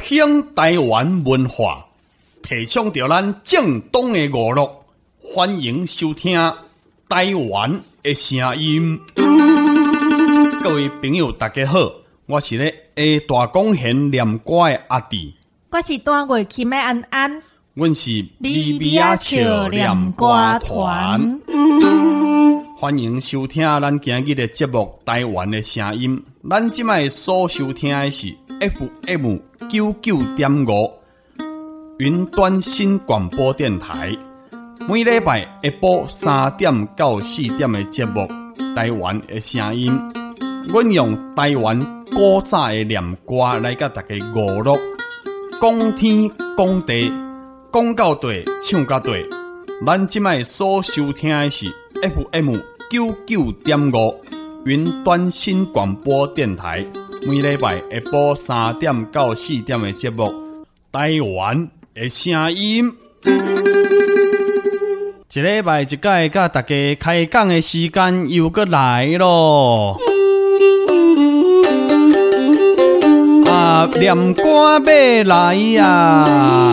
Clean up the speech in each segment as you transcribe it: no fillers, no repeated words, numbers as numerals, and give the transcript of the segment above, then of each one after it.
兴台湾文化，提倡着咱正统的娱乐，欢迎收听台湾的声音。各位朋友，大家好，我是咧下大公园念歌的阿弟， 我是单月琴的安安， 阮是咪咪仔笑念歌团。欢迎收听咱今日的节目《台湾的声音》。咱即摆所收听的是 FM 99.5云端新广播电台。每礼拜下晡3点到4点的节目《台湾的声音》，阮用台湾古早的念歌来甲大家娱乐，讲天讲地，讲到地唱到地。咱即摆所收听的是 FM 99.5云端新广播电台，每礼拜下晡3点到4点的节目《台湾的声音》。一礼拜一届，甲大家开讲的时间又搁来咯。念歌要来呀，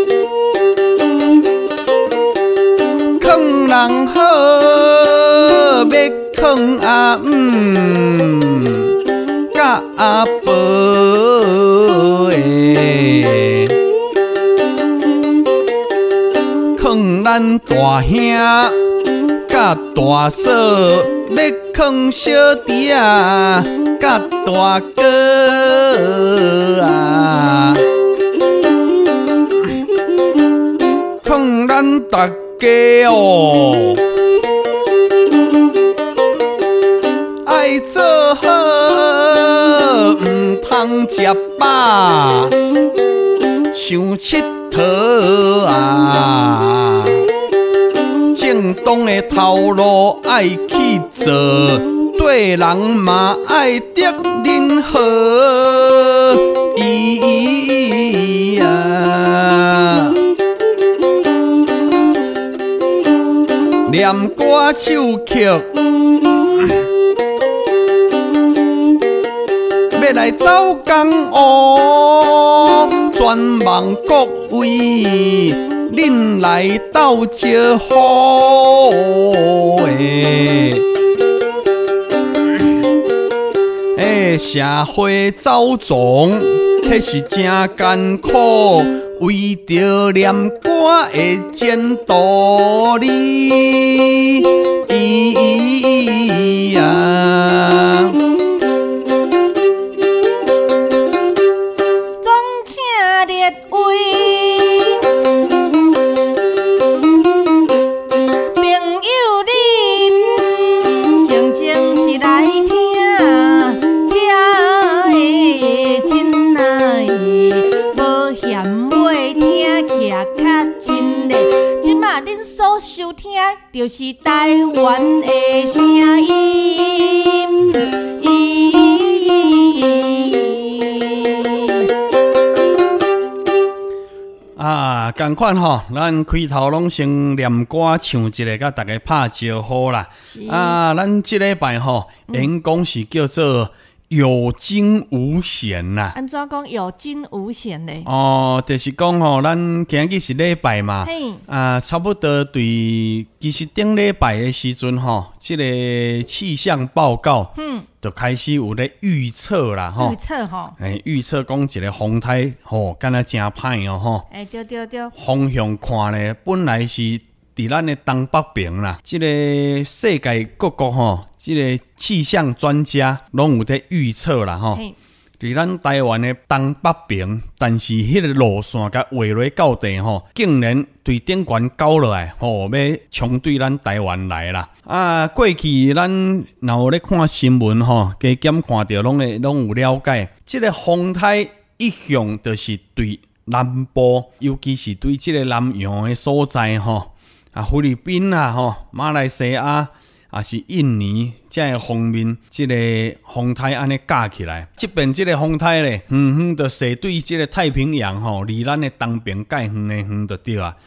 劝人好，要劝阿甲阿婆诶，劝咱大兄甲大嫂，要劝小弟啊甲大哥啊，劝咱大家哦，爱做好，唔通食饱，想佚佗啊。正当的头路爱去做，对人嘛爱得人好。咿呀，念歌唱曲要来走江湖，全望各位恁来斗招呼社会走总，迄是真艰苦，为着念歌的前途哩呀。 总请列位朋友恁，静静是来听。恁所收听就是台湾的声音， 同款吼，咱开头拢先念歌唱一个，甲大家拍招呼啦。咱这礼拜吼，演讲是叫做有惊无险呐。 安怎讲有惊无险呢？ 就是讲吼，咱今日是礼拜嘛，差不多对，其实顶礼拜的时阵吼，这个气象报告，就开始有咧预测啦，吼， 预测吼， 预测讲一个风台吼，敢若真歹哦，吼， 对， 方向看咧，本来是伫咱的东北边啦，这个世界各国吼，这个气象专家拢有在预测啦，吼。伫咱台湾的东北边，但是迄个路线甲画落到地吼，竟然对顶悬高落来，要冲对咱台湾来啦。过去咱若有咧看新闻吼，加减看到拢有了解，这个风台一向就是对南部，尤其是对这个南洋的所在吼，菲律宾啦吼，马来西亚。也是印尼这个方面，这个风台安尼架起来，这边这个风台咧，就射对这个太平洋吼，离咱的东边介远的远就对啊。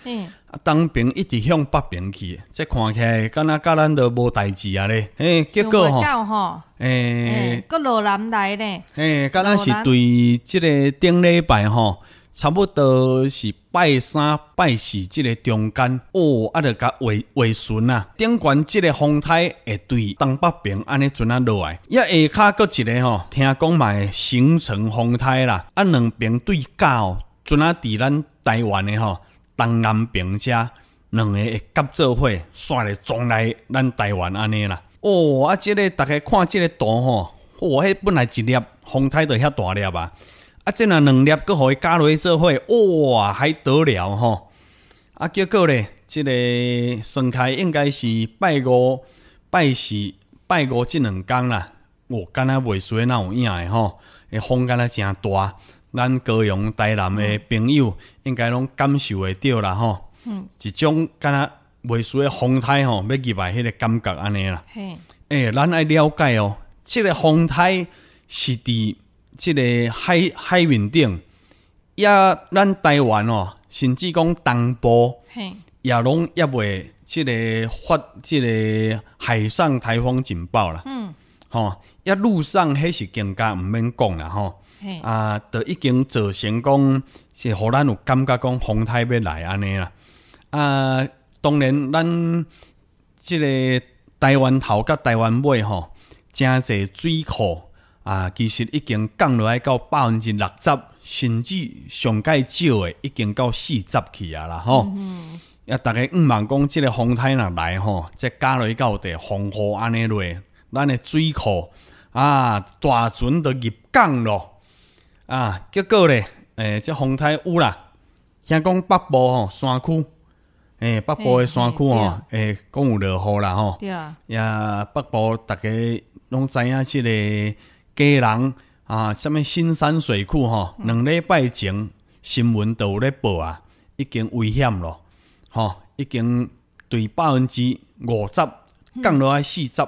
东边一直向北边去，这看起来敢若甲咱都无代志啊咧。结果吼，搁落南来咧。 敢若是对即个顶礼拜吼，差不多是拜三、拜四即个中间，就甲回顺啊。顶悬即个风台会对东北边安尼阵落来，下骹搁一个吼，听讲嘛会形成风台啦。两边对角阵伫咱台湾的吼。东南边遮两个会夹做伙，煞来撞来咱台湾安尼啦。即个大家看即个图吼，迄本来一粒风台就遐大粒啊，这若两粒搁互伊加落去做伙，哇，还得了吼！结果咧，即个算开应该是拜五、拜四、拜五这两天啦。敢若袂衰哪有影的吼，风敢若诚大。咱高雄台南的朋友应该拢感受会到啦吼，一种敢若袂输的风台吼，要入来迄个感觉安尼啦。咱爱了解哦，这个风台是伫这个海面顶，咱台湾哦，甚至讲东部也拢也袂这个发这个海上台风警报啦。陆上迄是更加毋免讲啦吼。就已经造成讲是互咱有感觉讲风台要来安尼啦。当然咱即个台湾头甲台湾尾吼，真侪水库其实已经降落来到60%，甚至上介少的已经到40%去啊啦吼。大家毋茫讲即个风台若来吼，再加落去到地风雨安尼落，咱的水库大船就入港咯。结果咧，这风台有啦，听讲北部吼山区，北部的山区吼，讲有落雨啦吼。 对啊。 北部大家拢知影即个基隆什么新山水库吼，2礼拜前新闻都有咧报啊，已经危险咯，已经对50%降落来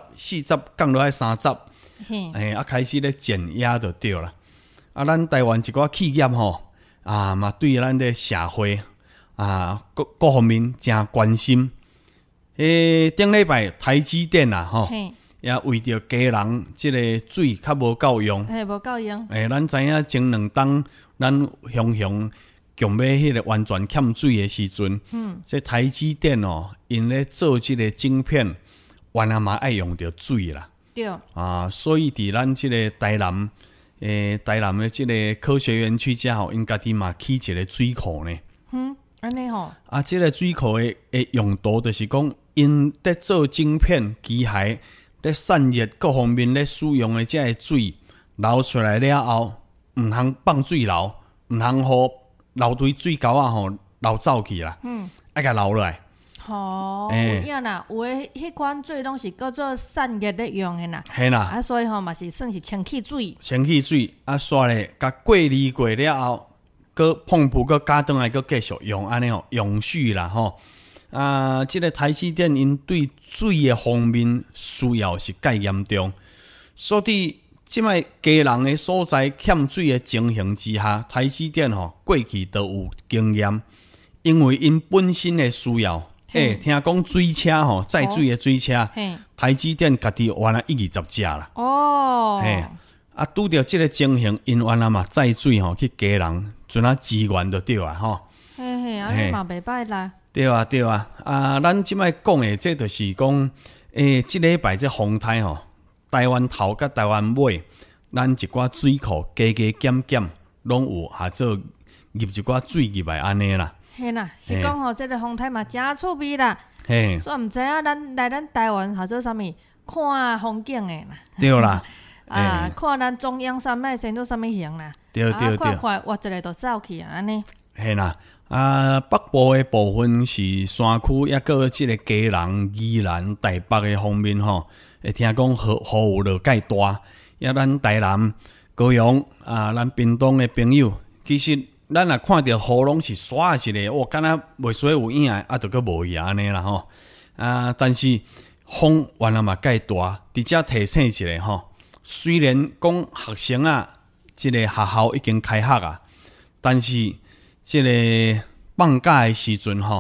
40%降落来30%，开始咧减压就对啦。咱台湾一寡企业吼嘛对咱的社会各方面真关心。顶礼拜台积电吼，也为着基隆即个水较无够用， 无够用。 咱知影前2冬咱雄强要迄个完全欠水的时阵，这台积电因咧做即个晶片，原来嘛爱用着水啦。 对。 所以伫咱即个台南的即个科学园区遮吼，因家己嘛起一个水库呢。 安尼吼。 即个水库的用途就是讲，因在做晶片、机械、咧散热各方面咧使用的这个水流出来了后，毋通放水流，毋通互流堆水沟吼流走去啦。爱甲流落来。 有影啦，有诶，迄款水拢是叫做散热咧用诶啦。 嘿啦。 所以嘛是算是清气水。 清气水煞咧，甲过滤过了后，搁碰布搁加转来，搁继续用安尼永续啦吼。即个台积电因对水诶方面需要是介严重，所以即摆基隆诶所在欠水诶情形之下，台积电过去都有经验，因为因本身诶需要。听讲水车载水的水车，台积电家己原来120只啦。拄着即个情形，因原来嘛载水去基隆，阵资源就对啊吼。 安尼嘛袂歹啦。 对啊，咱即摆讲的，这就是讲，即礼拜这风台台湾头甲台湾尾，咱一寡水库加减，拢有做入一寡水入来安尼啦。 是讲这个风台嘛真趣味啦。所以毋知影咱来咱台湾做啥物看风景的啦。 对啦。 看咱中央山脉生做啥物形啦。 对。 看活一个就走去安尼。 北部的部分是山区，也个即个基隆、宜兰、台北的方面会听讲雨有落介大。咱台南、高雄咱屏东的朋友，其实。咱若看到雨拢是刷一个，敢若袂衰有影就搁无去安尼啦吼。但是风原来嘛介大，伫遮提醒一下吼。虽然讲学生即个学校已经开学但是即个放假的时阵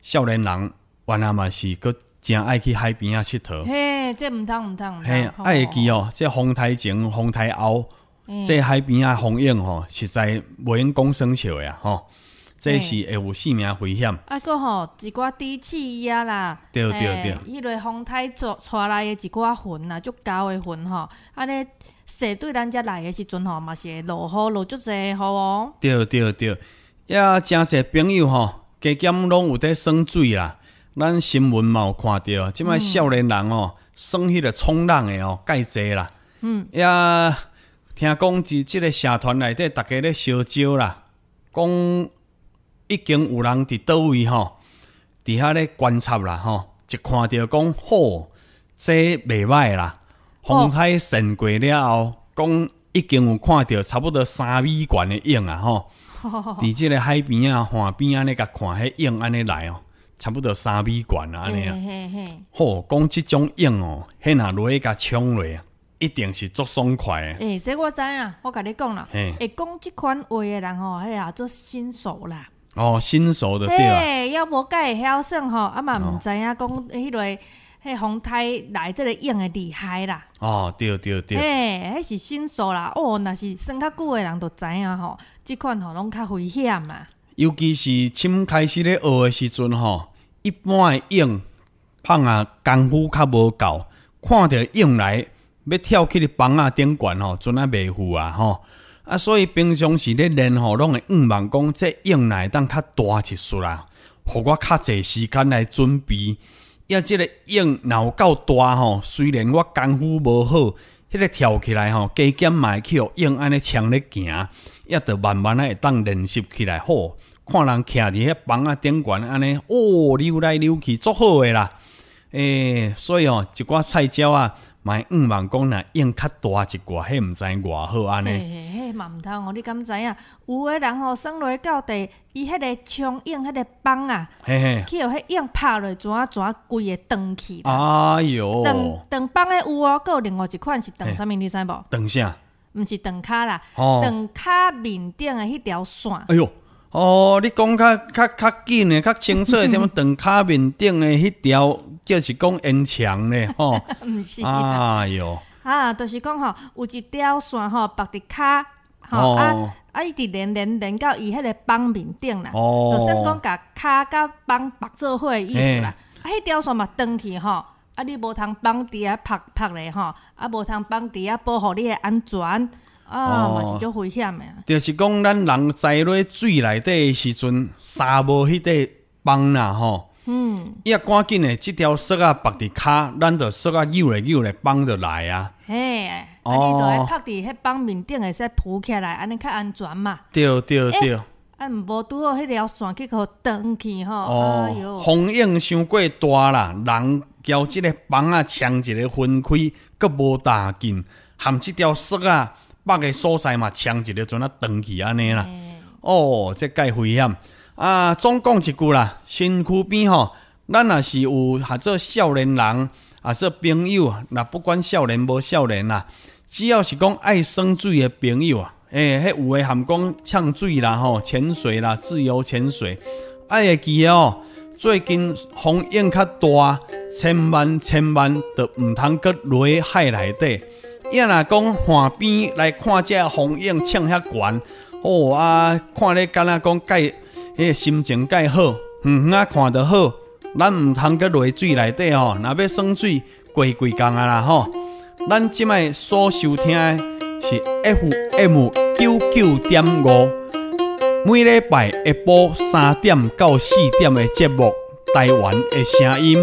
少年人原来嘛是佫真爱去海边啊佚佗。 嘿，这毋通。 嘿，爱会记哦，这风台前、风台后，这海边啊风影吼，实在袂用讲生笑的吼。这是会有性命危险。 佫吼一寡低气压啦， 对， 迄个风台带来的一寡云啊，足高的云吼，安尼射对咱遮来的时阵吼，嘛是会落雨落足济雨哦。 对，也真侪朋友吼，加减拢有在耍水啦。咱新闻嘛有看到，即摆少年人哦，耍迄个冲浪的哦，介济啦。也听讲即个社团内底，大家咧烧招啦，讲。已经有人伫倒位吼，伫遐咧观察啦吼，一看到讲，吼，这袂歹啦。风台踮过了后，讲已经有看到差不多3米悬的影啊吼。伫即个海边啊、岸边安尼甲看，迄影安尼来哦，差不多3米悬啊安尼啊。吼，讲即种影哦，迄若落去甲冲落，一定是足爽快的。 这我知影，我甲你讲啦，会讲即款话的人吼，迄也做新手啦。 新手的对啊， 要无甲会晓算吼，嘛毋知影讲迄个迄风台来即个影的厉害啦。 对。 迄是新手啦。若是算较久的人就知影吼，即款吼拢较危险嘛。 尤其是深开始咧学的时阵吼，一般的影放啊功夫较无够，看到影来要跳起咧房仔顶悬吼，阵啊袂赴啊吼。所以平常时咧练吼，拢会望讲这影来当较大一束啦，互我较济时间来准备。即个影若有够大吼，虽然我功夫无好，迄个跳起来吼，加减嘛会去互影安尼冲咧行，也着慢慢会当练习起来。好，看人徛伫迄房仔顶悬安尼，溜来溜去，足好诶啦。所以一寡菜鸟啊，嘛望讲若影较大一寡，迄毋知偌好安尼。 嘛毋通你敢知影？有诶人吼，耍落到地，伊迄个冲影迄个棒啊，去互迄影拍落，怎规个断去啦。 哎哟！ 断棒诶有哦，有另外一款是断啥物？你知无？ 断啥？ 毋是断骹啦，断骹面顶诶迄条线。 哎哟！你讲较紧诶，较清楚诶，什么断骹面顶诶迄条，就是讲延长咧，吼。 毋是。 哎哟！ 就是讲吼，有一条线吼，绑伫骹。伊直连到伊迄个帮面顶啦，就算讲甲骹甲帮绑做伙的意思啦。迄条线嘛断去吼，你无通绑伫遐拍咧吼，无通绑伫遐保护你的安全，嘛是足危险的。 就是讲咱人在落水内底的时阵，沙无迄个帮啦吼。伊也赶紧的，即条绳啊绑伫骹，咱着绳啊扭咧绑着来啊。 你就会拍伫迄帮面顶会使浮起来，安尼较安全嘛。 对。 无拄好迄条线去互断去吼。哎哟， 风影伤过大啦，人交即个帮啊呛一个分开，佫无大劲，含即条绳啊绑个所在嘛呛一个阵啊断去安尼啦。这介危险总讲一句啦，身躯边吼，咱若是有做少年人做朋友，若不管少年无少年啦。只要是讲爱耍水的朋友迄有诶含讲呛水啦吼，潜水啦，自由潜水，爱会记最近风影较大，千万都毋通搁落海内底。若讲岸边来看这风影呛遐悬，看咧敢若讲介迄个心情介好，看得好，咱毋通搁落水内底若要耍水，过几工啦吼。咱即摆所收听的是 FM99.5，每礼拜下晡3点到4点的节目《台湾的声音》。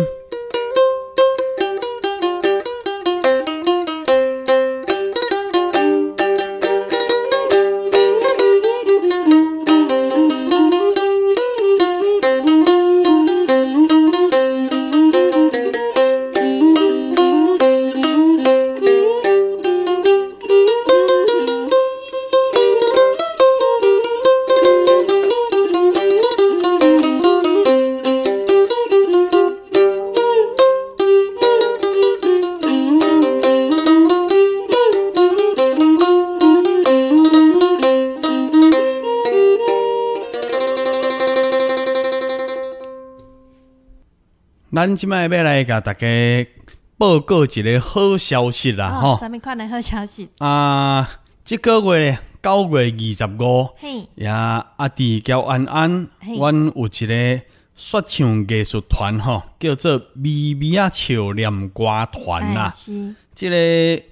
咱即摆要来甲大家报告一个好消息啦，吼！ 啥物款的好消息？ 即个月9月25， 嘿， 伫交安安，阮有一个说唱艺术团吼，叫做咪咪啊笑念歌团啦。即个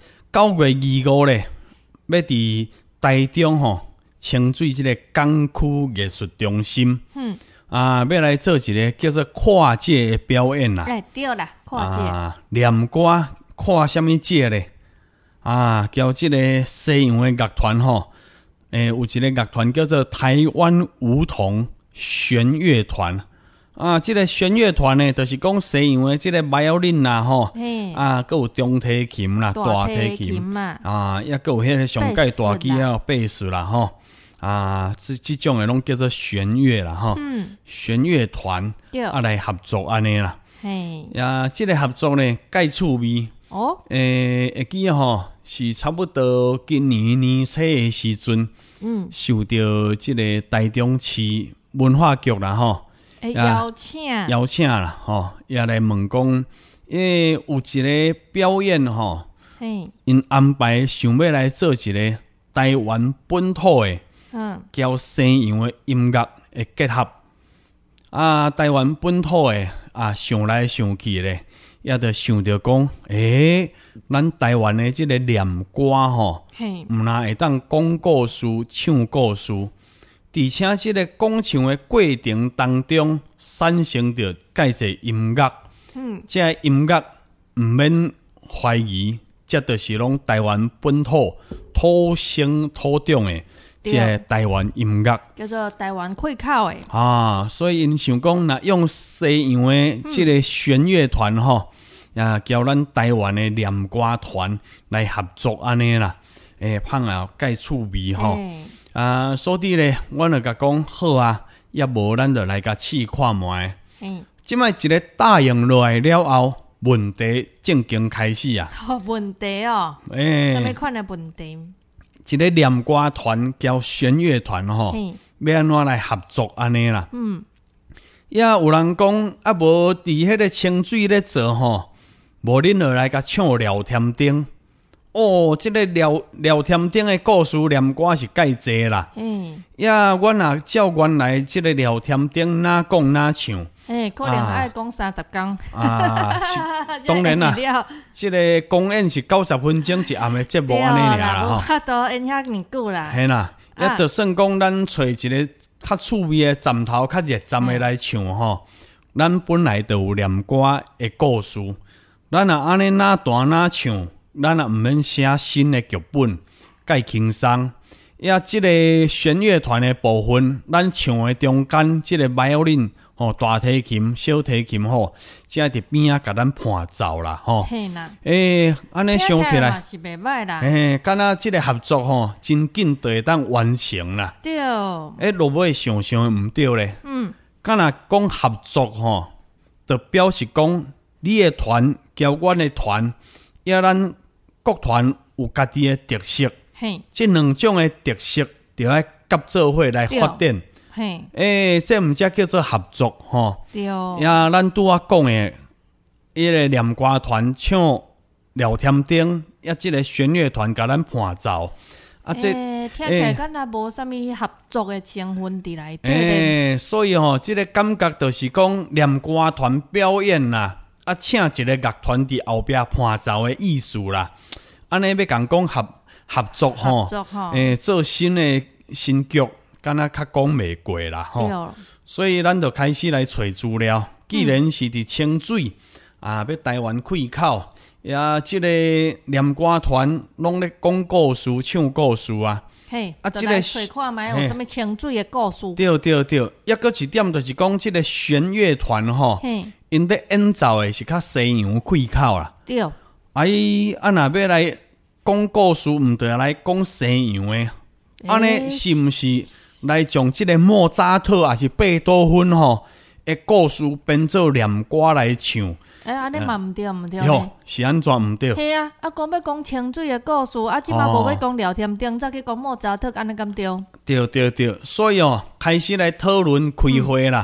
9月25咧，要伫台中吼清水即个港区艺术中心，要来做一个叫做跨界的表演啦。 对啦，跨界。 念歌跨什么界咧？交即个西洋的乐团吼，有一个乐团叫做台湾梧桐弦乐团。即个弦乐团呢，就是讲西洋的即个violin啦吼，佮有中提琴啦、大提琴嘛，抑佮有迄个上界大支啊、贝斯啦吼，即种的拢叫做弦乐啦吼，弦乐团来合作安尼啦。即个合作呢，介趣味。会记吼，是差不多今年年初的时阵，受到即个台中市文化局啦吼。邀请啦，吼，也来问讲，有一个表演吼，因安排想要来做一个台湾本土的，交西洋的音乐的结合，台湾本土的想来想去咧，也着想着讲，咱台湾的即个念歌吼，毋但会当讲故事、唱故事。而且即个讲唱的过程当中，产生着介济音乐，即个音乐毋免怀疑，这就是拢台湾本土土生土长的即个台湾音乐， 叫做台湾气口的。 所以因想讲，若用西洋的即个弦乐团吼，交咱台湾的念歌团来合作安尼啦，芳也介趣味吼。所以咧，阮就甲讲好啊，也无咱就来甲试看卖。即摆一个答应落来了后，问题正经开始啊。 问题哦，什么款的问题？ 一个念歌团交弦乐团吼，要安怎来合作安尼啦？也有人讲无伫迄个清水咧做吼，无恁就来甲唱聊天灯。即个聊天顶的故事念歌是介济啦。阮也照原来即个聊天顶哪讲哪唱。 可能爱讲30工。 当然啦，即个公演是90分钟一暗的节目安尼尔啦吼。 无都演遐尼久啦。 嘿啦，也就算讲咱找一个较趣味的站头、较热站的来唱吼。咱本来就有念歌的故事，咱若安尼哪弹哪唱。咱也毋免写新的剧本，介轻松。即个弦乐团的部分，咱唱的中间，即个 violin 大提琴、小提琴即伫边仔甲咱伴奏啦吼。安尼想起来是袂歹啦。 敢若即个合作真紧就会当完成啦。 对。 落尾想毋对咧。敢若讲合作就表示讲你的团交阮的团，咱各团有家己的特色，这两种的特色就要合做伙来发展。这毋才叫做合作吼。 对。 咱拄仔讲的，迄个念歌团唱聊天灯，即个弦乐团甲咱伴奏。 这听起来敢若无啥物合作的成分伫内底。 所以即个感觉就是讲念歌团表演啦。请一个乐团伫后壁伴奏的意思啦，安尼要讲合作吼，做新剧，敢若较讲袂过啦吼。所以咱就开始来找资料。既然是伫清水要台湾气口，即个念歌团拢咧讲故事、唱故事啊。 即个找看卖有啥物清水的故事。 对。抑搁一点就是讲，即个弦乐团吼。因咧演奏的是较西洋气口啦。 对。 若要来讲故事，毋对来讲西洋的，安尼是毋是来将即个莫扎特还是贝多芬的故事编做念歌来唱？ 安尼嘛毋对。 是安怎毋对？ 系啊，讲要讲清水的故事，即马无要讲聊天顶，再去讲莫扎特，安尼敢对？ 对。所以开始来讨论开会啦。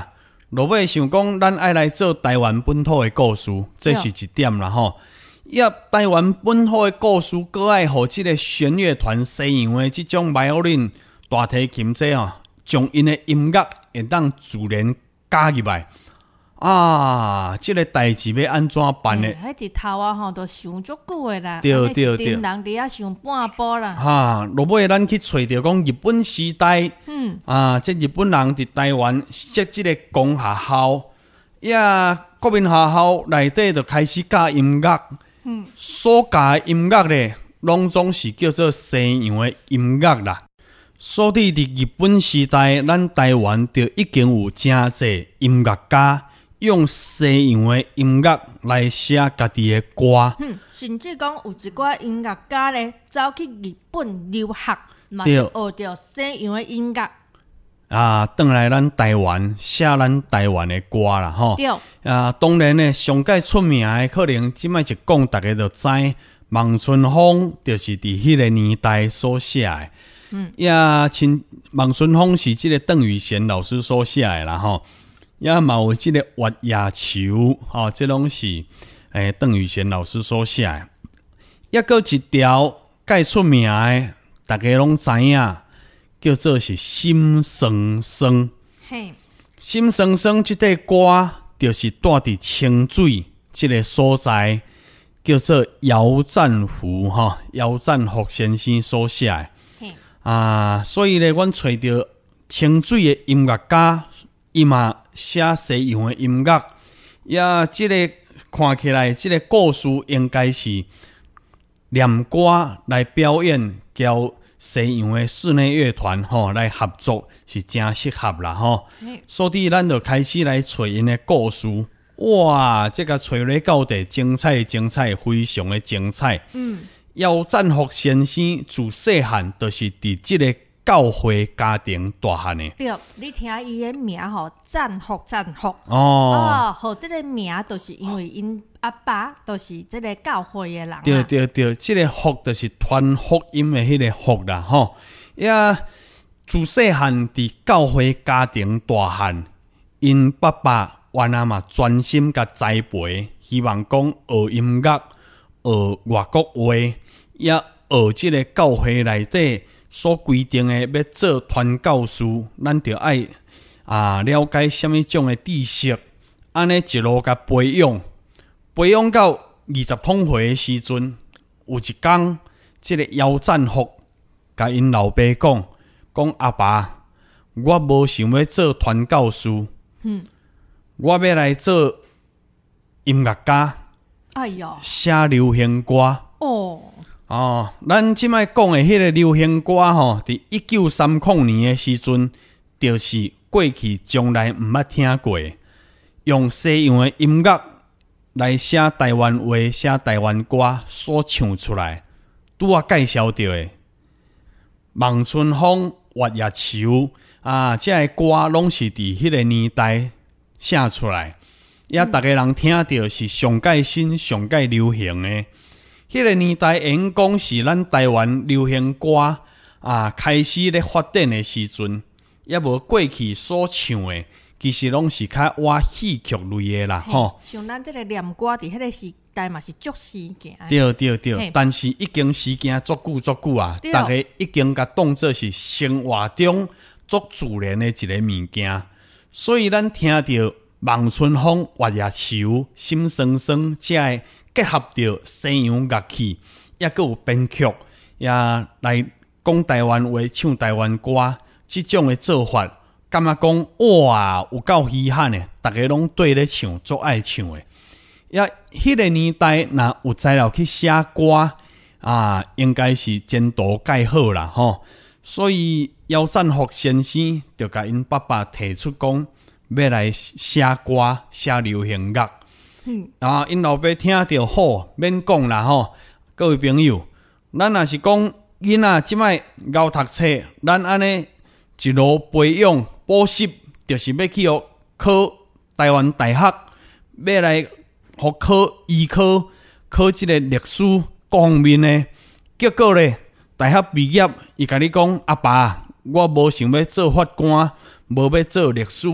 落尾想讲，咱爱来做台湾本土的故事，这是一点啦吼。台湾本土的故事，搁爱互即个弦乐团西洋的即种 violin 大提琴这将因的音乐会当自然加入来。即个代志要安怎办呢？ 迄日头吼，都想足久的啦。 对，人伫遐想半步啦。落尾咱去找着讲日本时代，即日本人伫台湾设即个公学校，国民学校内底就开始教音乐。所教的音乐咧，拢总是叫做西洋的音乐啦。所以伫日本时代，咱台湾就已经有真侪音乐家。用西洋的音乐来写家己的歌， 甚至讲有一寡音乐家咧走去日本留学，嘛是学着西洋的音乐。 转来咱台湾写咱台湾的歌啦，吼。 对。 当然呢，上界出名的可能即摆一讲，大家就知望春风就是伫迄个年代所写的。望春风是即个邓雨贤老师所写的啦，吼。嘛有即个月夜愁，这拢是邓雨贤老师所写的。搁一条介出名的，大家拢知影，叫做是心酸酸。心酸酸这块歌，就是住伫清水这个所在，叫做姚赞福姚赞福先生所写的。所以咧，阮找到清水的音乐家，伊嘛写西洋的音乐，即个看起来，即个故事应该是念歌来表演，交西洋的室内乐团来合作，是真适合啦所以咱就开始来找因的故事。哇，这个找咧到底精彩，非常的精彩。姚赞福先生自细汉就是伫即个教会家庭大汉的。 对，你听伊的名赞福。好，这个名就是因为因阿爸都是这个教会的人。 对，这个福就是传福音的迄个福啦自细汉伫教会家庭大汉，因爸爸原来嘛专心甲栽培，希望讲学音乐、学外国话，学这个教会内底所规定的要做传教士，咱就爱了解什么种的知识，安尼一路甲培养到20通岁的时阵，有一天，这个姚赞福甲因老爸讲阿爸，我无想要做传教士，我要来做音乐家，写流行歌。咱即摆讲的迄个流行歌伫1930年的时阵，就是过去从来毋捌听过，用西洋的音乐来写台湾话、写台湾歌所唱出来。拄我介绍到的望春风、月夜愁这个歌拢是伫迄个年代写出来，大家人听到是上界新、上界流行的。迄个年代，应讲是咱台湾流行歌开始咧发展的时阵，也无过去所唱的，其实拢是较活戏剧类的啦， 像咱这个念歌伫迄个时代嘛是足时间。 对，但是已经时间足久啊，大家已经甲当作是生活中足自然的一个物件，所以咱听到望春风、月夜愁、心酸酸这个结合着西洋乐器，也佫有编曲，也来讲台湾话、唱台湾歌，这种的做法，感觉讲哇，有够稀罕的，大家拢对咧唱，足爱唱的。迄个年代，若有材料去写歌应该是前途介好啦所以姚赞福先生就甲因爸爸提出讲，要来写歌、写流行乐。因老爸听到好，免讲啦各位朋友，咱若是讲囡仔即摆熬读册，咱安尼一路培养补习，就是要去考台湾大学，要来考医科，考即个历史各方面的。结果咧，大学毕业，伊甲你讲阿爸，我无想要做法官，无要做历史，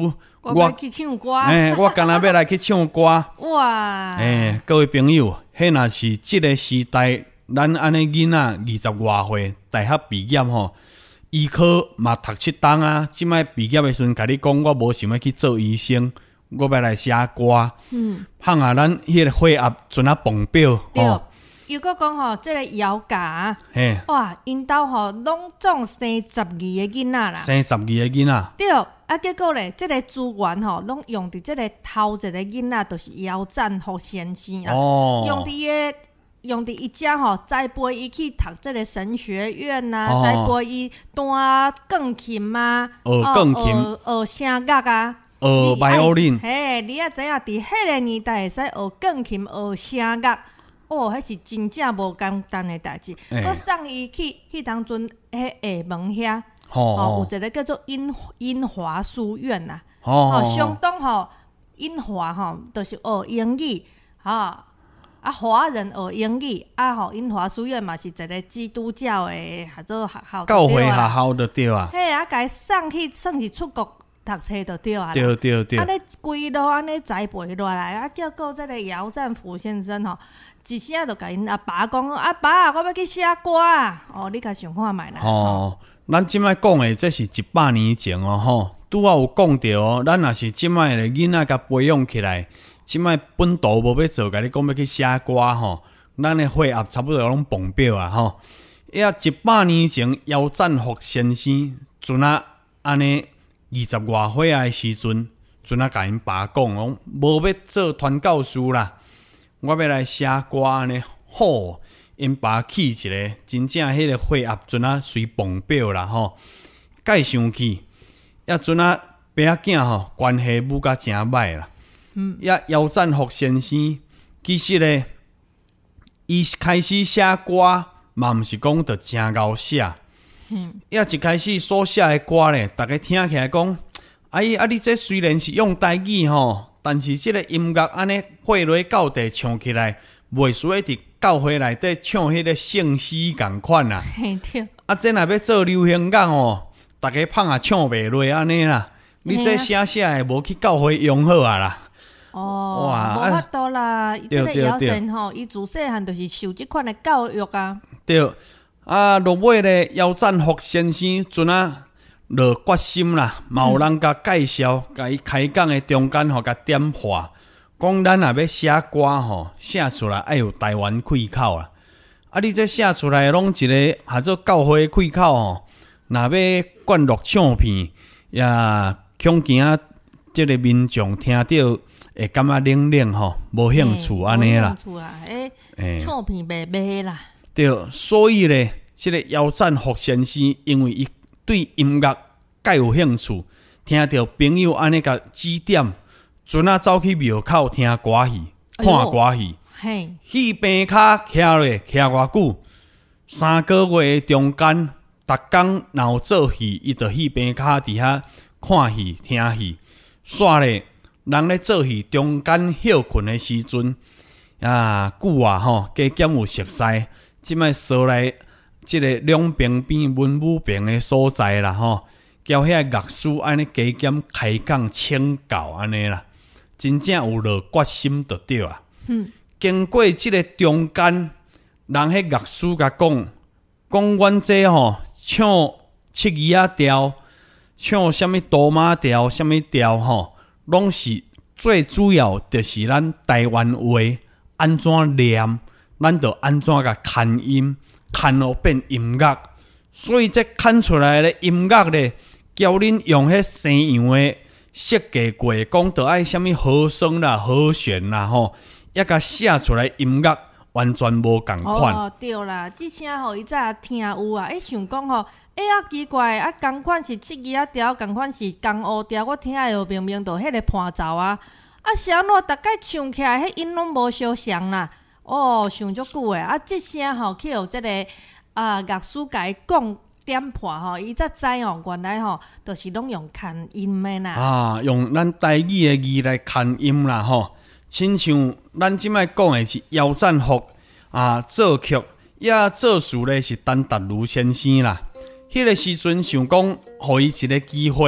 我去唱歌， 我刚才要来去唱歌。 哇！ 各位朋友，迄若是这个时代，咱安尼囡仔20外岁，大学毕业吼，医科嘛读7档啊。即摆毕业的时阵，甲你讲，我无想要去做医生，我要来写歌。喊啊，咱迄个血压准啊蹦表吼。又搁讲吼，即个姚家，哇，因兜吼拢总生12个囡仔啦， 生12个囡仔。 对，啊，结果咧，即个资源吼，拢用伫即个头一个囡仔，就是姚赞福先生啊，用伫伊遮吼，栽培伊去读即个神学院呐，栽培伊弹钢琴啊， 学钢琴， 学声乐啊， 学 violin。 嘿，你也知影，伫迄个年代会使学钢琴、学声乐。迄是真正无简单的代志。我送伊去迄当阵，迄厦门遐，有一个叫做英华书院呐，相当英华就是学英语，华人学英语，英华书院嘛是一个基督教的做学校， 教会学校就对啊。 嘿，甲伊送去算是出国读册就对啊啦。 对。 安尼规路安尼栽培落来，结果这个姚赞福先生一声就甲因阿爸讲：阿爸，我要去写歌啊！你甲想看觅啦。 咱即摆讲的这是100年前拄好有讲到咱若是即摆的囡仔甲培养起来，即摆本土无要做，甲你讲要去写歌咱的血压差不多拢蹦表啊100年前，姚赞福先生阵安尼20外岁的时阵，甲因爸讲无要做传教士啦。我要来写歌呢，好，因爸起一个真正迄个血压随蹦表啦介上去，爸仔囝关系母甲真歹啦。姚赞福先生其实咧，伊开始写歌嘛，毋是讲着真敖写。一开始所写的歌咧，大家听起来讲，你这虽然是用台语但是这个音乐安尼配落到地唱起来，袂输伫教会内底唱迄个圣诗共款啦。这若要做流行乐大家捧也唱袂落安尼啦。你这写的无去教会用好啊啦。 无法度啦。这个姚先伊自细汉就是受这款的教育啊。 对，落尾咧，姚赞福先生就决心啦，嘛有人甲介绍，甲伊开讲的中间甲点破，讲咱若要写歌写出来爱有台湾开口啦。你这写出来拢一个做教会开口若要灌录唱片，也恐惊这个民众听到会感觉冷冷无兴趣安尼啦。 唱片袂卖啦。 对，所以咧，这个姚赞福先生，因为伊对音乐介有兴趣，听到朋友安尼甲指点，走去庙口听歌戏、看歌戏。戏边卡徛偌久，3个月中间，逐工若有做戏，伊就戏边卡伫遐看戏、听戏。煞咧，人咧做戏中间休困的时阵，久加减有熟悉，即摆说来。即个两边边文武边的所在啦叫遐乐师安尼加减开讲请教安尼啦，真正有落决心就对啊。经过即个中间，人迄乐师甲讲阮这唱七字仔调，唱什么多马调，什么调拢是最主要，就是咱台湾话安怎念，咱就安怎甲牵音。牵好变音乐，所以这牵出来的音乐咧，教恁用迄西洋的设计过，讲到爱什么和声啦、和弦啦也甲写出来音乐完全无共款。 对啦，即声伊早听有啊，想讲奇怪共款是七字仔调，共款是江湖调，我听的明明就迄个伴奏啊，是安怎大概唱起来，迄音拢无相像啦。想足久诶！即声去有即个乐师甲伊讲点破伊才知原来就是拢用牵音诶啦。 用咱台语诶字来牵音啦亲像咱即摆讲诶是姚赞福作曲也作词咧是陈达如先生啦。迄个时阵想讲，互伊一个机会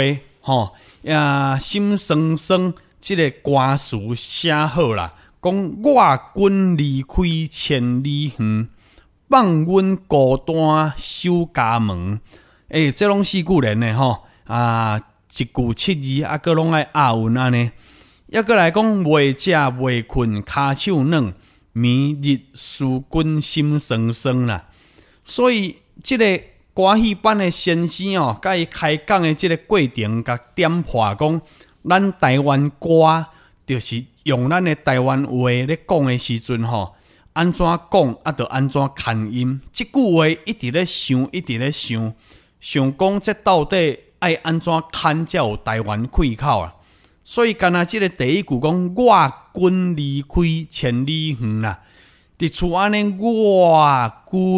心酸酸，这个歌词写好啦，讲我君离开千里远，放阮孤单守家门。这拢四句联呢一句七字，佫拢爱押韵安尼。抑佫来讲，未食未困骹手软，眠日思君心酸酸啦。所以，这个歌戏班的先生甲伊开讲的这个过程，甲点破讲，咱台湾歌就是用咱的台湾话咧讲的时阵安怎讲就安怎牵音。即句话一直咧想，一直咧想，想讲这到底爱安怎牵才有台湾气口啊？所以，干那即个第一句讲，我君离开千里远啦。伫厝安尼，我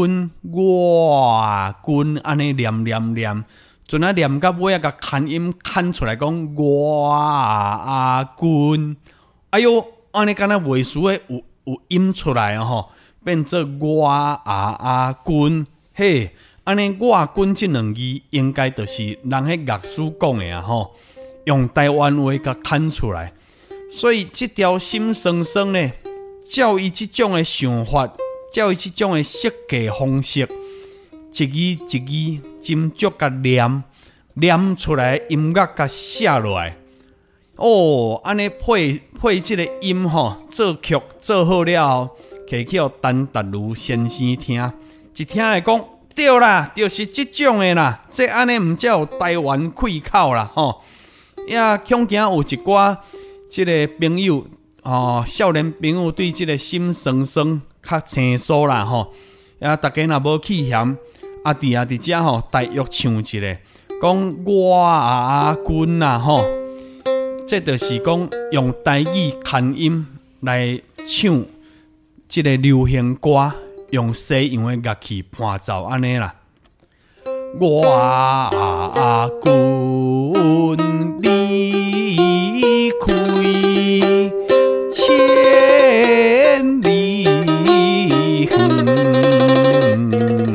君安尼念，阵啊念到尾甲牵音牵出来讲，我君，哎哟，安尼敢若袂输诶有音出来变做我君，嘿，安尼我君即两字应该就是人迄乐师讲诶用台湾话甲牵出来，所以即条心酸酸呢，照伊即种诶想法，照伊即种诶设计方式，一字一字斟酌甲念出来，音乐甲写落来，安尼配即个音做曲做好了后，摕去互陈达如先生听，一听来讲，对啦，就是即种诶啦，这安尼毋才有台湾气口啦恐惊有一寡即个朋友少年朋友对即个心酸酸较生疏啦大家若无气嫌，伫遮大约唱一个，讲我君啦这就是讲用台语牵音来唱即个流行歌，用西洋的乐器伴奏安尼啦。我君离开千里远，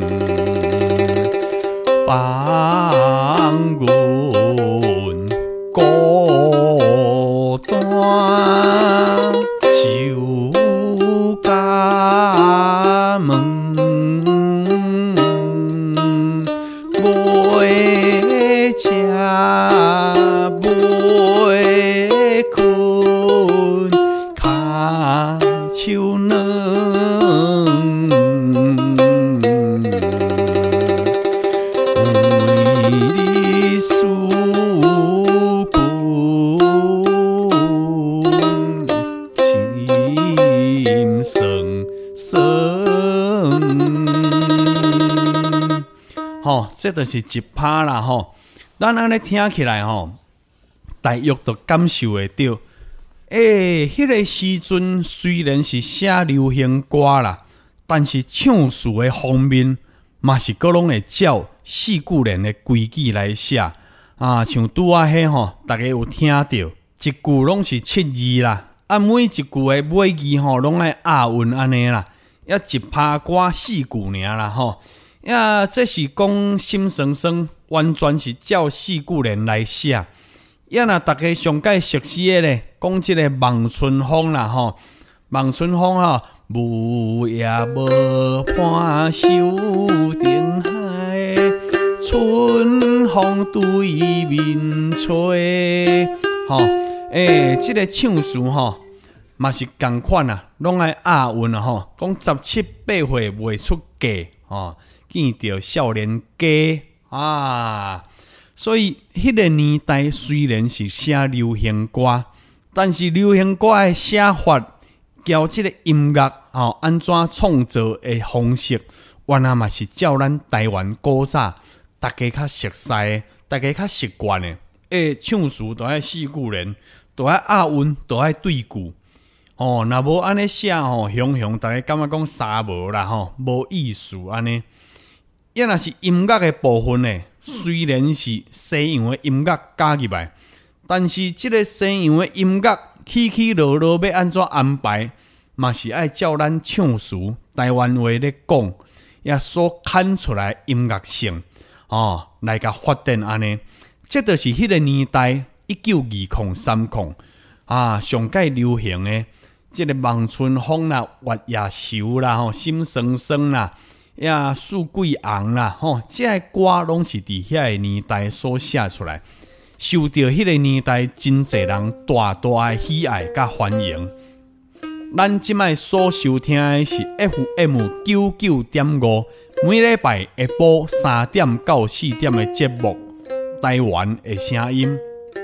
放阮孤单守家门。袂困骹手软，为你思君心酸酸。这就是一拍啦咱安尼听起来大约都感受会到，迄个时阵虽然是写流行歌啦，但是唱词的方面嘛是各拢会照四句联的规矩来写像拄迄大家有听到，一句拢是七字啦，每一句的尾字拢爱押韵安尼啦，一拍歌四句尔啦这是讲心酸酸，完全是照四句联来写。若大家上界熟悉的咧，讲即个望春风啦望春风雾也无伴手顶海，春风对面吹即个唱词嘛是同款拢爱押韵讲17、18岁袂出嫁见到少年家所以迄个年代虽然是写流行歌，但是流行歌的写法交即个音乐安怎创造的方式，原来嘛是照咱台湾古早大家较熟悉的，大家较习惯的唱词都爱四句联，都爱押韵，都爱对句若无安尼写雄大家感觉讲沙无啦无意思安尼。若是音乐的部分呢，虽然是西洋的音乐加入来，但是即个西洋的音乐起起落落要安怎安排，嘛是爱照咱唱词台湾话咧讲，也所牵出来音乐性来甲发展安尼。 这就是迄个年代1920-30上界流行的这个望春风啦、月夜愁啦、心酸酸啦、四季红啦，这个歌拢是伫遐个年代所写出来，受到迄个年代真侪人大大的喜爱甲欢迎。咱即摆所收听的是 FM 99.5，每礼拜下晡3点到4点的节目《台湾的声音》。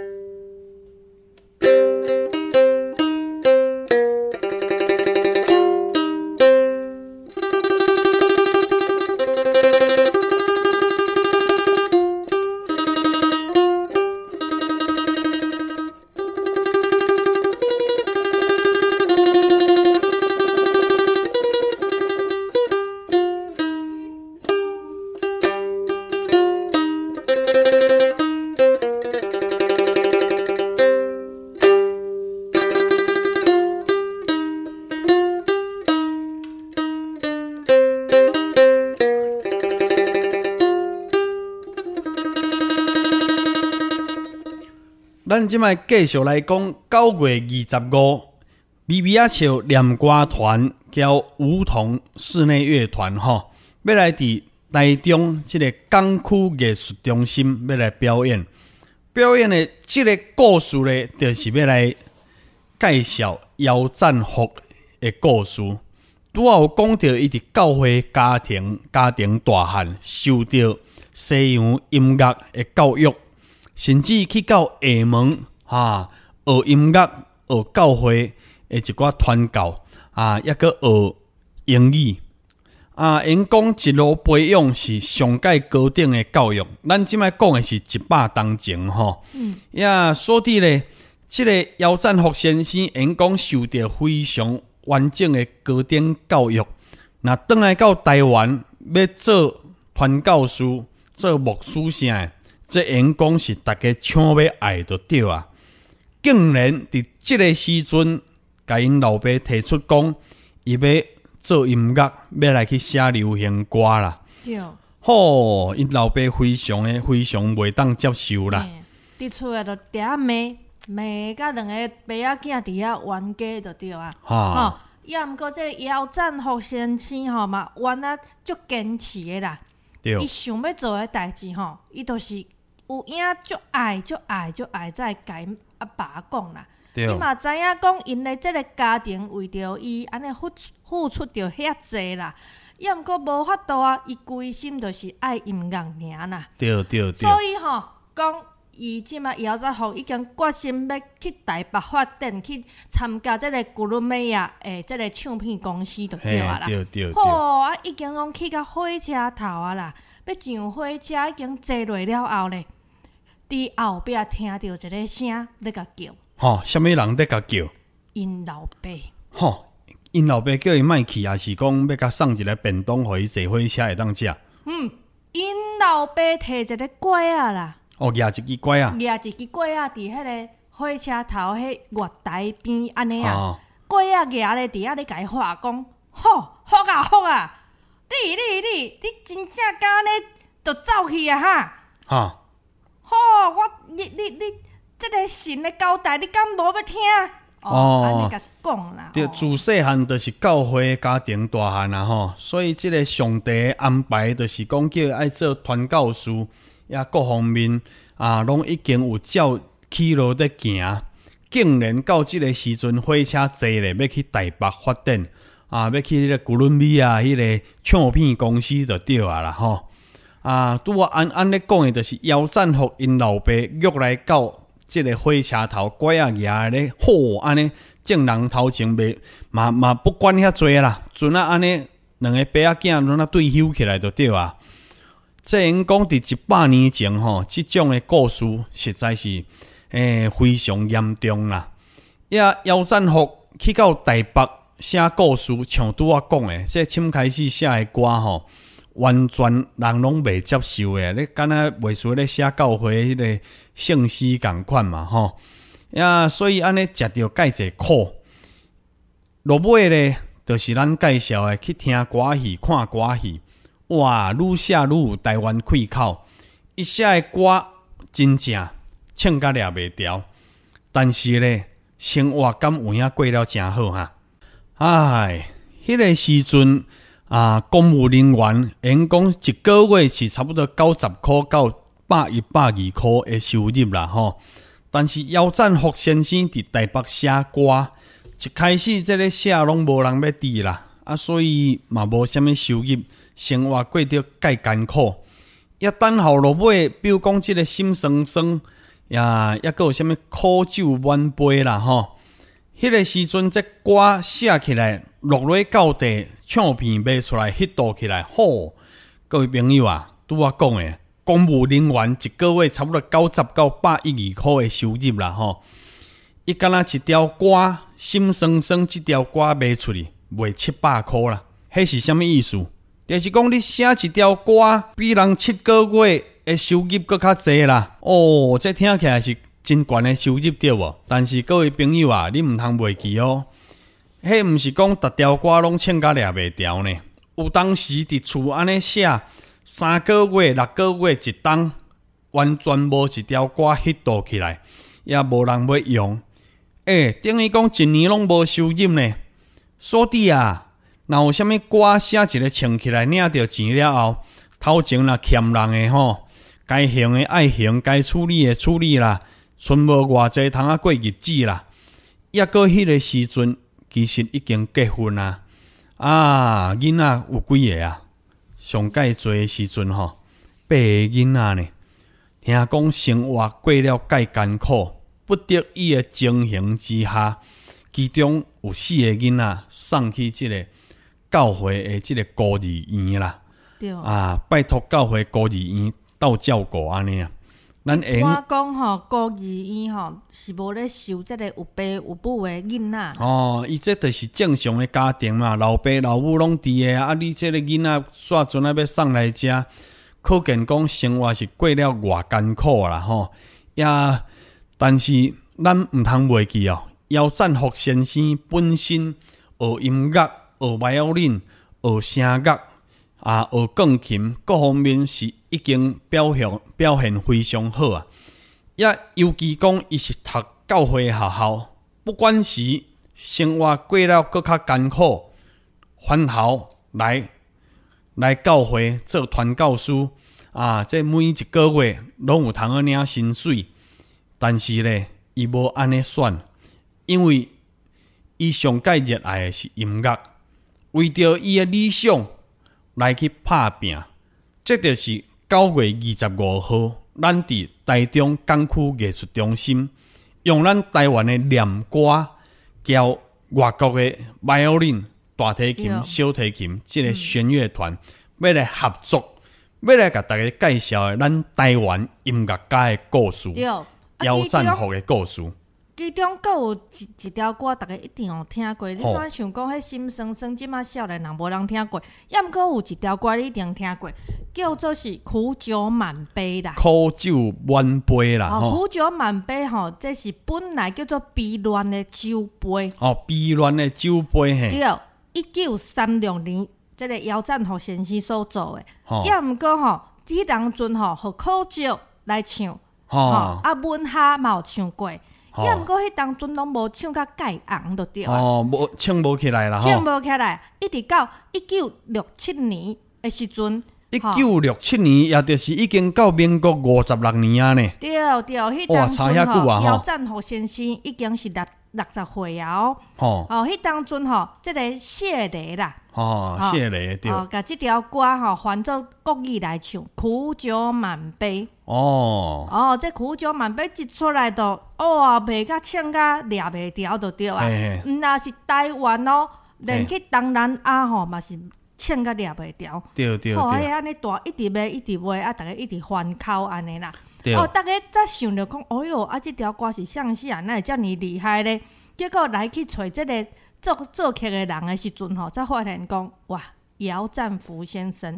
咱即摆继续来讲9月25，米米仔笑念歌团交梧桐室内乐团要来伫台中即个港区艺术中心要来表演。表演的即个故事呢，就是要来介绍姚赞福的故事。拄仔有讲到伊伫教会家庭大汉，受到西洋音乐的教育。甚至去到厦门学音乐、学教会的一寡传教抑个学英语因讲一路培养是上界高等的教育。咱即摆讲的是100当前所以咧，即个姚赞福先生因讲受到非常完整的高等教育。那转来到台湾要做传教士、做牧师啥。这因讲是大家抢要爱就对啊！竟然伫这个时阵，甲因老爸提出讲，伊要做音乐，要来去写流行歌啦。对，因老爸非常袂当接受啦。 伫厝诶，就嗲骂甲两个爸仔囝伫遐冤家就对啊。也毋过这个姚赞福先生嘛，原来足坚持诶啦。伊想要做诶代志伊就是有影足爱，才甲因阿爸讲啦。伊嘛知影讲，因的即个家庭为着伊安尼付出着遐济啦，也毋过无法度啊，伊规心就是爱音乐尔啦。对。所以讲伊即马姚赞福已经决心要去台北发展，去参加即个古伦美亚诶，即个唱片公司就对啊啦。对。已经讲去到火车头啊啦，要上火车已经坐落了后咧。伫后壁听到一个声咧甲叫， 什么人咧甲叫？ 因老爸。 因老爸叫伊莫去，还是讲要甲送一个便当，互伊坐火车会当食？ 因老爸摕一个拐仔啦。 举一支拐仔。 举一支拐仔伫迄个火车头迄月台边安尼啊，拐仔举咧伫遐咧甲伊话讲，福啊！你真正敢安尼就走去啊哈？你这个神的交代，你敢无要听？安尼甲讲啦。 对，自细汉就是教会家庭大汉啊所以这个上帝安排就是讲叫爱做传教士，也各方面拢已经有照起路在行，竟然到这个时阵火车坐咧，要去台北发展要去迄个哥伦比亚迄个唱片公司就对啦拄我安尼讲的，就是姚赞福因老爸约来到这个火车头，拐仔举咧，安尼正人头前袂嘛不管遐多啦，阵安尼两个爸仔囝拢对休起来就对啊。这因讲伫100年前这种的故事实在是非常严重啦。姚赞福去到台北写故事，像拄我讲的，这深开始写的歌完全人拢袂接受诶，你敢若袂输咧写教会迄个圣诗共款嘛所以安尼食着介济苦。落尾咧，就是咱介绍诶，去听歌戏、看歌戏，哇，愈写愈有台湾气口。伊写诶歌真正唱甲抓袂牢，但是咧生活感有影过了真好哈。迄个时阵公务人员因讲一个月是差不多90块到100、120块的收入啦吼。但是姚赞福先生伫台北写歌，一开始这个写拢无人要滴啦，所以嘛无啥物收入，生活过得介艰苦。等候落尾，比如讲这个心酸酸，还有啥物苦酒满杯啦吼。迄个时阵，这歌写起来，落落到地，唱片卖出来，hit 到起来，吼！各位朋友拄我讲诶，公务人员一个月差不多90到120块诶收入啦，吼！伊敢若一条歌，心酸酸，这条歌卖出去，卖700块啦，迄是啥物意思？就是讲你写一条歌，比人7个月诶收入搁较济啦。这听起来是真悬诶收入对无？但是各位朋友你毋通袂记哦。迄毋是讲逐条歌拢唱甲抓袂牢呢。有当时伫厝安尼写3个月、6个月一冬，完全无一条歌 hit 到起来，也无人要用。等于讲一年拢无收入呢。所以若有啥物歌写一个唱起来，领到钱了后，头前若欠人诶吼，该还诶爱还，该处理诶处理啦，剩无偌济通过日子啦。抑搁迄个时阵，其实已经结婚啦。囡仔有几个上介侪诶时阵8个囡仔呢。听讲生活过了介艰苦，不得已诶情形之下，其中有4个囡仔送去即个教会的即个孤儿院啦， 对拜托教会孤儿院斗照顾安尼啊。我讲孤儿院是无咧收即个有爸有母的囡仔。 伊这就是正常的家庭嘛，老爸老母拢伫的你这个囡仔煞阵要送来遮，可见讲生活是过了偌艰苦啦吼。但是咱毋通袂记姚赞福先生本身学音乐。学 violin、学声乐学钢琴，各方面是已经表现非常好啊！尤其讲伊是读教会学校，不管是生活过了搁较艰苦，返校来教会做传教书这每一个月拢有通领薪水，但是咧，伊无安尼选，因为伊上介热爱的是音乐。为着伊的理想来去打拼，这就是9月25号，咱伫台中港区艺术中心，用咱台湾的念歌，交外国的 violin、大提琴、小提琴，这个弦乐团要来合作，要来甲大家介绍咱台湾音乐家的故事，姚赞福的故事。 其中阁有一条歌，大家一定有听过。你看想讲，迄心酸酸，即马少年人无人听过。抑毋过有一条歌，你一定听过，叫做是苦酒满杯啦。 苦酒满杯啦， 苦酒满杯这是本来叫做悲恋的酒杯。 悲恋的酒杯嘿。 对，1936年，这个姚赞福先生所做的。抑毋过迄当阵互苦酒来唱，文夏嘛有唱过。抑毋过迄当阵拢无唱甲介红就对无唱无起来啦， 唱无起来，一直到1967年的时阵 ，1967年也就是已经到民国56年啊呢。 对，迄当阵姚赞福先生已经是60岁啊迄当阵即个谢雷啦， 谢雷对， 甲即条歌换做国语来唱，苦酒满杯。这苦酒满杯一出来就卖甲唱甲抓袂牢就对啊。若是台湾连去东南亚嘛是唱甲抓袂牢。 对。 安尼大一直卖大家一直翻口安尼啦。大家才想着讲，这条歌是啥事啊？哪会遮尔厉害咧？结果来去找这个作曲的人的时阵才发现讲，哇，姚赞福先生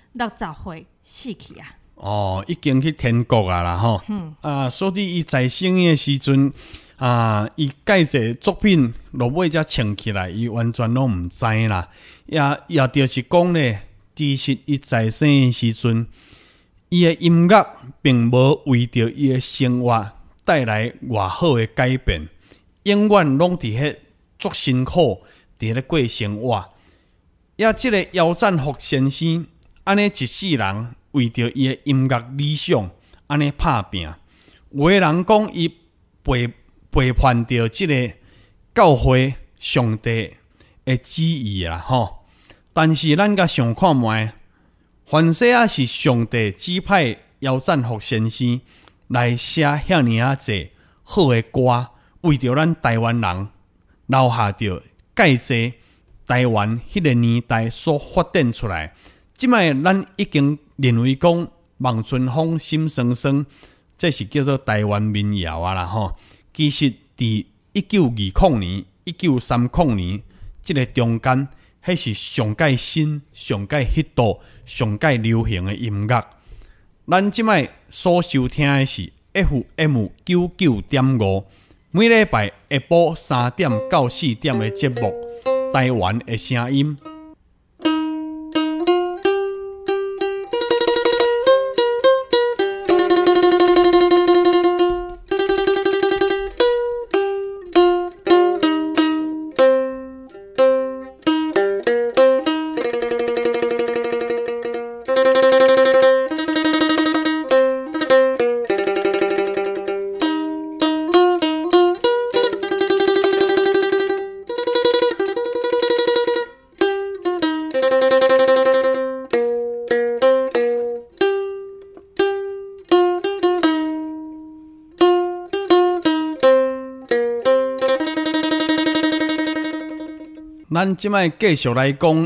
60岁死去啊！ 已经去天国啊啦所以伊在生的时阵伊介济作品落尾才唱起来，伊完全拢毋知啦。也就是讲咧，其实伊在生的时阵， 伊的音乐并无为着伊的生活带来偌好的改变，永远拢伫迄足辛苦伫咧过生活。也即个姚赞福先生，安尼一世人为着伊的音乐理想，安尼拍拼。有的人讲伊背叛着即个教会上帝的旨意啦吼。但是咱甲想看觅，凡说啊是上帝指派姚赞福先生来写遐尔啊济好的歌，为着咱台湾人留下着介济台湾迄个年代所发展出来。即摆咱已经认为讲望春风心酸酸，这是叫做台湾民谣啊啦吼。其实伫1920年、1930年即个中间，迄是上界新、上界迄度、上界流行的音乐。咱即摆所收听的是 FM 99.5，每礼拜下晡3点到4点的节目《台湾的声音》。咱即摆继续来讲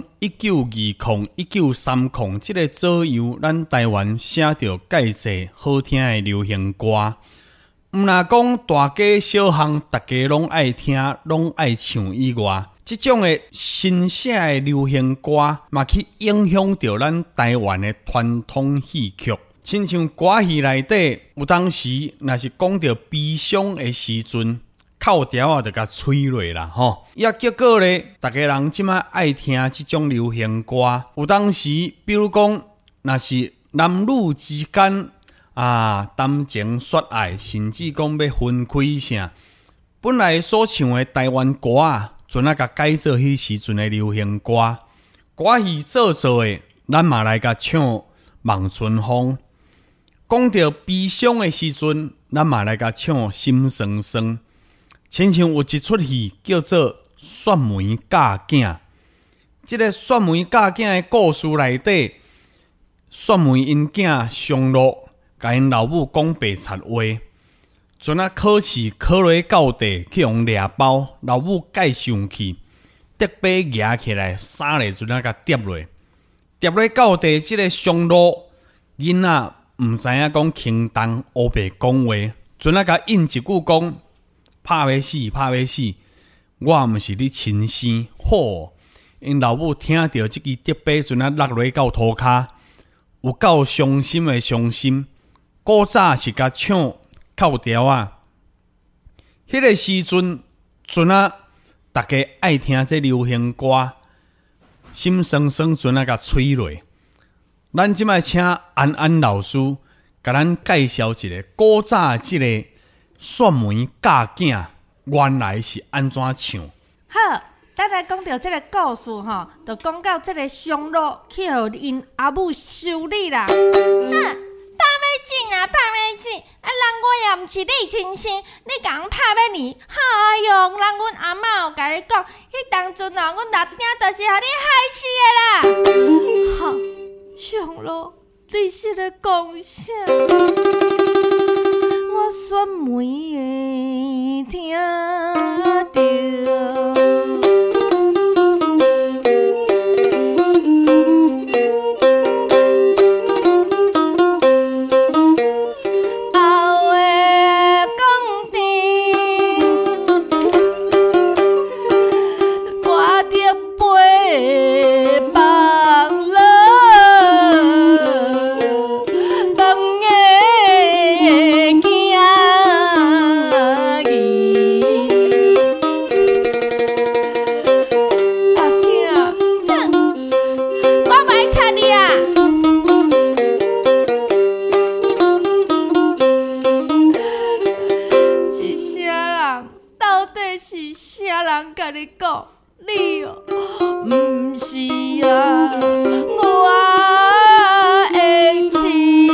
1920、1930即个左右，咱台湾写着介济好听的流行歌。毋若讲大街小巷，大家拢爱听、拢爱唱以外，即种的新写的流行歌，嘛去影响着咱台湾的传统戏曲。亲像歌戏内底，有当时若是讲着悲伤的时阵，口条啊，就甲吹落啦吼。也结果咧，大家人即摆爱听即种流行歌。有当时，比如讲，若是男女之间谈情说爱，甚至讲要分开啥，本来所唱的台湾歌啊，阵啊甲改做迄时阵的流行歌。歌戏做的，咱嘛来甲唱《望春风》。讲到悲伤的时阵，咱嘛来甲唱《心酸酸》。亲像有一出戏叫做《雪梅嫁囝》，即个雪梅嫁囝的故事内底，雪梅因囝上路，甲因老母讲白贼话，阵啊考试考落到地去用掠包，老母介生气，竹笔举起来，衫咧阵啊甲跌落，跌落到地，即个上路囡仔毋知影讲轻重黑白讲话，阵啊甲应一句讲。怕要死，怕要死！我毋是你亲生，吼！因老母听到即支竹笔阵啊落落到涂骹，有够伤心的伤心。古早是甲唱口条啊，迄个时阵阵啊，大家爱听这流行歌，心酸酸阵啊甲吹落。咱即摆请安安老师甲咱介绍一个古早即个。雪梅嫁囝原来是安怎唱？ 好，咱来讲到这个故事吼，就讲到这个上路去互因阿母修理啦。怕要死啊！怕要死！啊，人我也毋是你亲生，你共人拍要你？哎哟，人阮阿嬷有甲你讲，迄当阵啊，阮六囝就是互你害死的啦。哈，上路，你是咧讲啥？我雪梅的听着。 人甲你讲，你哦，毋是啊，我的亲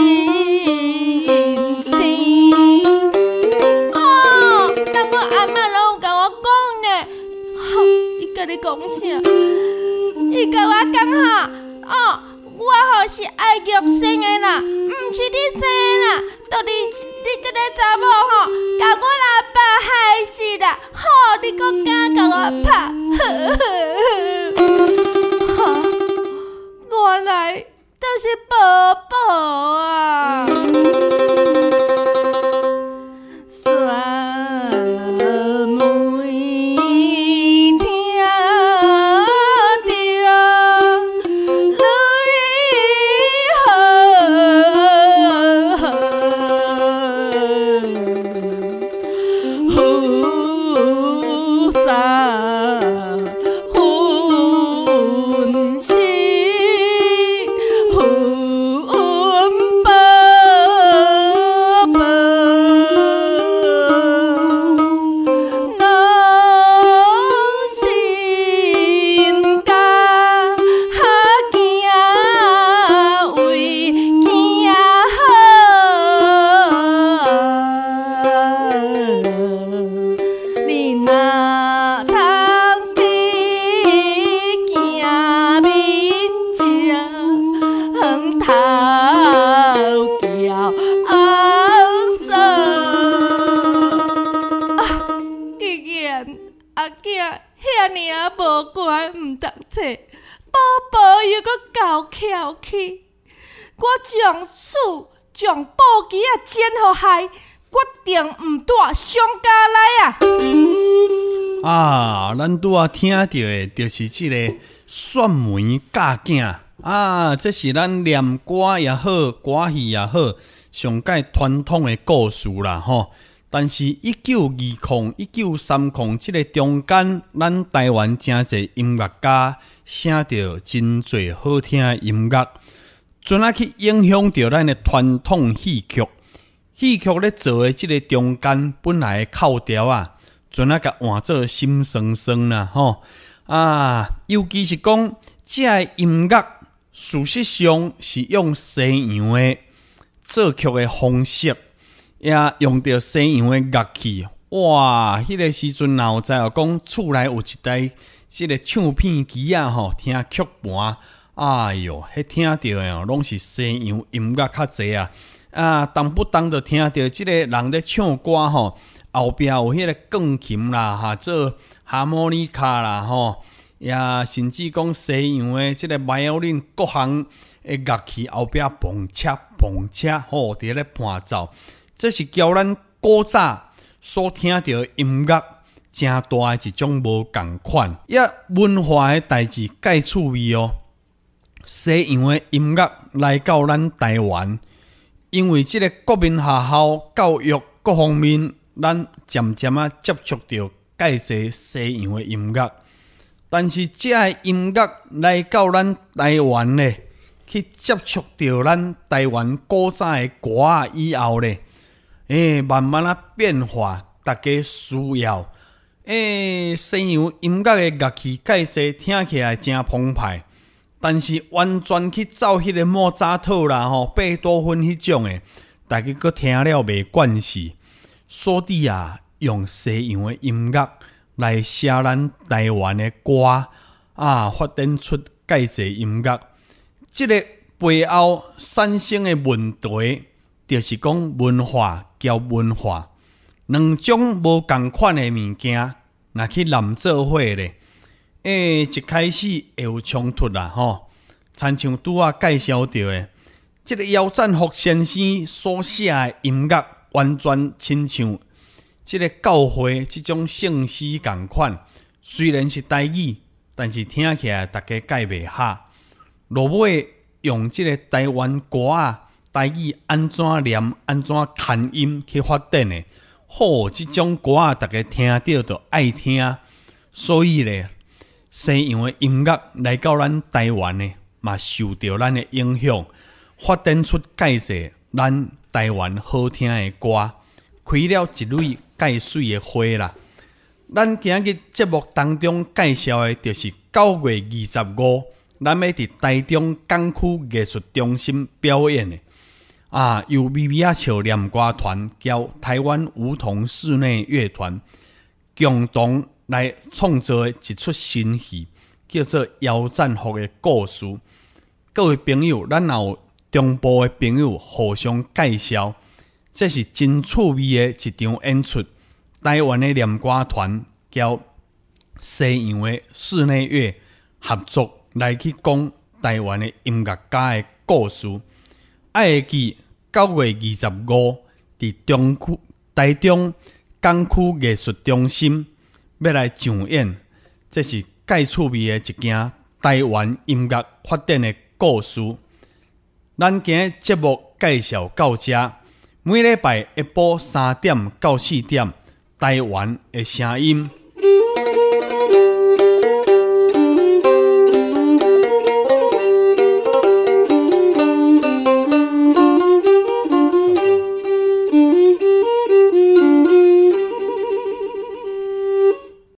情。哦，咱我阿嬷拢有甲我讲呢，伊甲你讲啥？伊甲我讲哦，我是爱玉生的啦，毋是你生的啦，都你这个查某甲我老爸害死啦，你阁敢甲我拍？原来都是宝宝啊！阿囝遐尼啊无乖，毋读册，宝宝又阁搞翘起。我将布机啊剪互害，决定毋带上家来啊！ 咱拄啊听到的，就是即个算媒嫁囝啊，这是咱念歌也好，歌戏也好，上界传统的故事啦吼。但是1920、1930即个中间，咱台湾真侪音乐家写着真侪好听的音乐，准啊去影响着咱的传统戏曲。戏曲咧做的即个中间本来的口条啊，准啊甲换做心酸酸啦吼啊！尤其是讲这个音乐，事实上是用西洋的作曲的方式。也用着西洋的乐器，哇！迄个时阵哪有知哦？讲厝内有一台即个唱片机啊，吼，听曲盘，哎哟，迄听到的哦，拢是西洋音乐较济啊！啊，当不当着听到即个人咧唱歌吼，后壁有迄个钢琴啦，哈，做哈莫尼卡啦，吼，也甚至讲西洋的即个violin各项的乐器后壁碰车，吼，伫咧伴奏。这是叫咱古早所听到的音乐真大的一种无共款，也文化的代志介趣味哦。西洋的音乐来到咱台湾，因为这个国民学校教育各方面，咱渐渐啊接触到介济西洋的音乐，但是这个音乐来到咱台湾呢，去接触到咱台湾古早的歌啊以后呢。慢慢啊变化，大家需要。西洋音乐的乐器介济，听起来真澎湃，但是完全去走迄个莫扎特啦、贝多芬迄种的，大家搁听了袂惯势。所以啊，用西洋的音乐来写咱台湾的歌啊，发展出介济音乐。这个背后产生的问题。就是讲文化交文化，两种无共款的物件，若去揽做伙咧，一开始会有冲突啦吼。亲像拄仔介绍到的，这个姚赞福先生所写的音乐，完全亲像这个教会这种圣诗共款，虽然是台语，但是听起来大家介袂合。落尾用这个台湾歌啊。台语安怎念、安怎弹音去发展的？好，这种歌啊，大家听到就爱听。所以咧，西洋的音乐来到咱台湾呢，嘛受到咱的影响，发展出介济咱台湾好听的歌，开了一蕊介水的花啦。 咱今日节目当中介绍的就是9月25，咱要伫台中港区艺术中心表演的由咪咪仔笑念歌团交台湾梧桐室内乐团共同来创作的一出新戏，叫做《姚赞福的故事》。各位朋友，咱也有中部的朋友互相介绍，这是真趣味的一场演出。台湾的念歌团交西洋的室内乐合作来去讲台湾的音乐家的故事。会记9月25伫台中港区艺术中心要来上演，这是介趣味的一件台湾音乐发展的故事。咱今日节目介绍到这，每礼拜下晡3点到4点，台湾的声音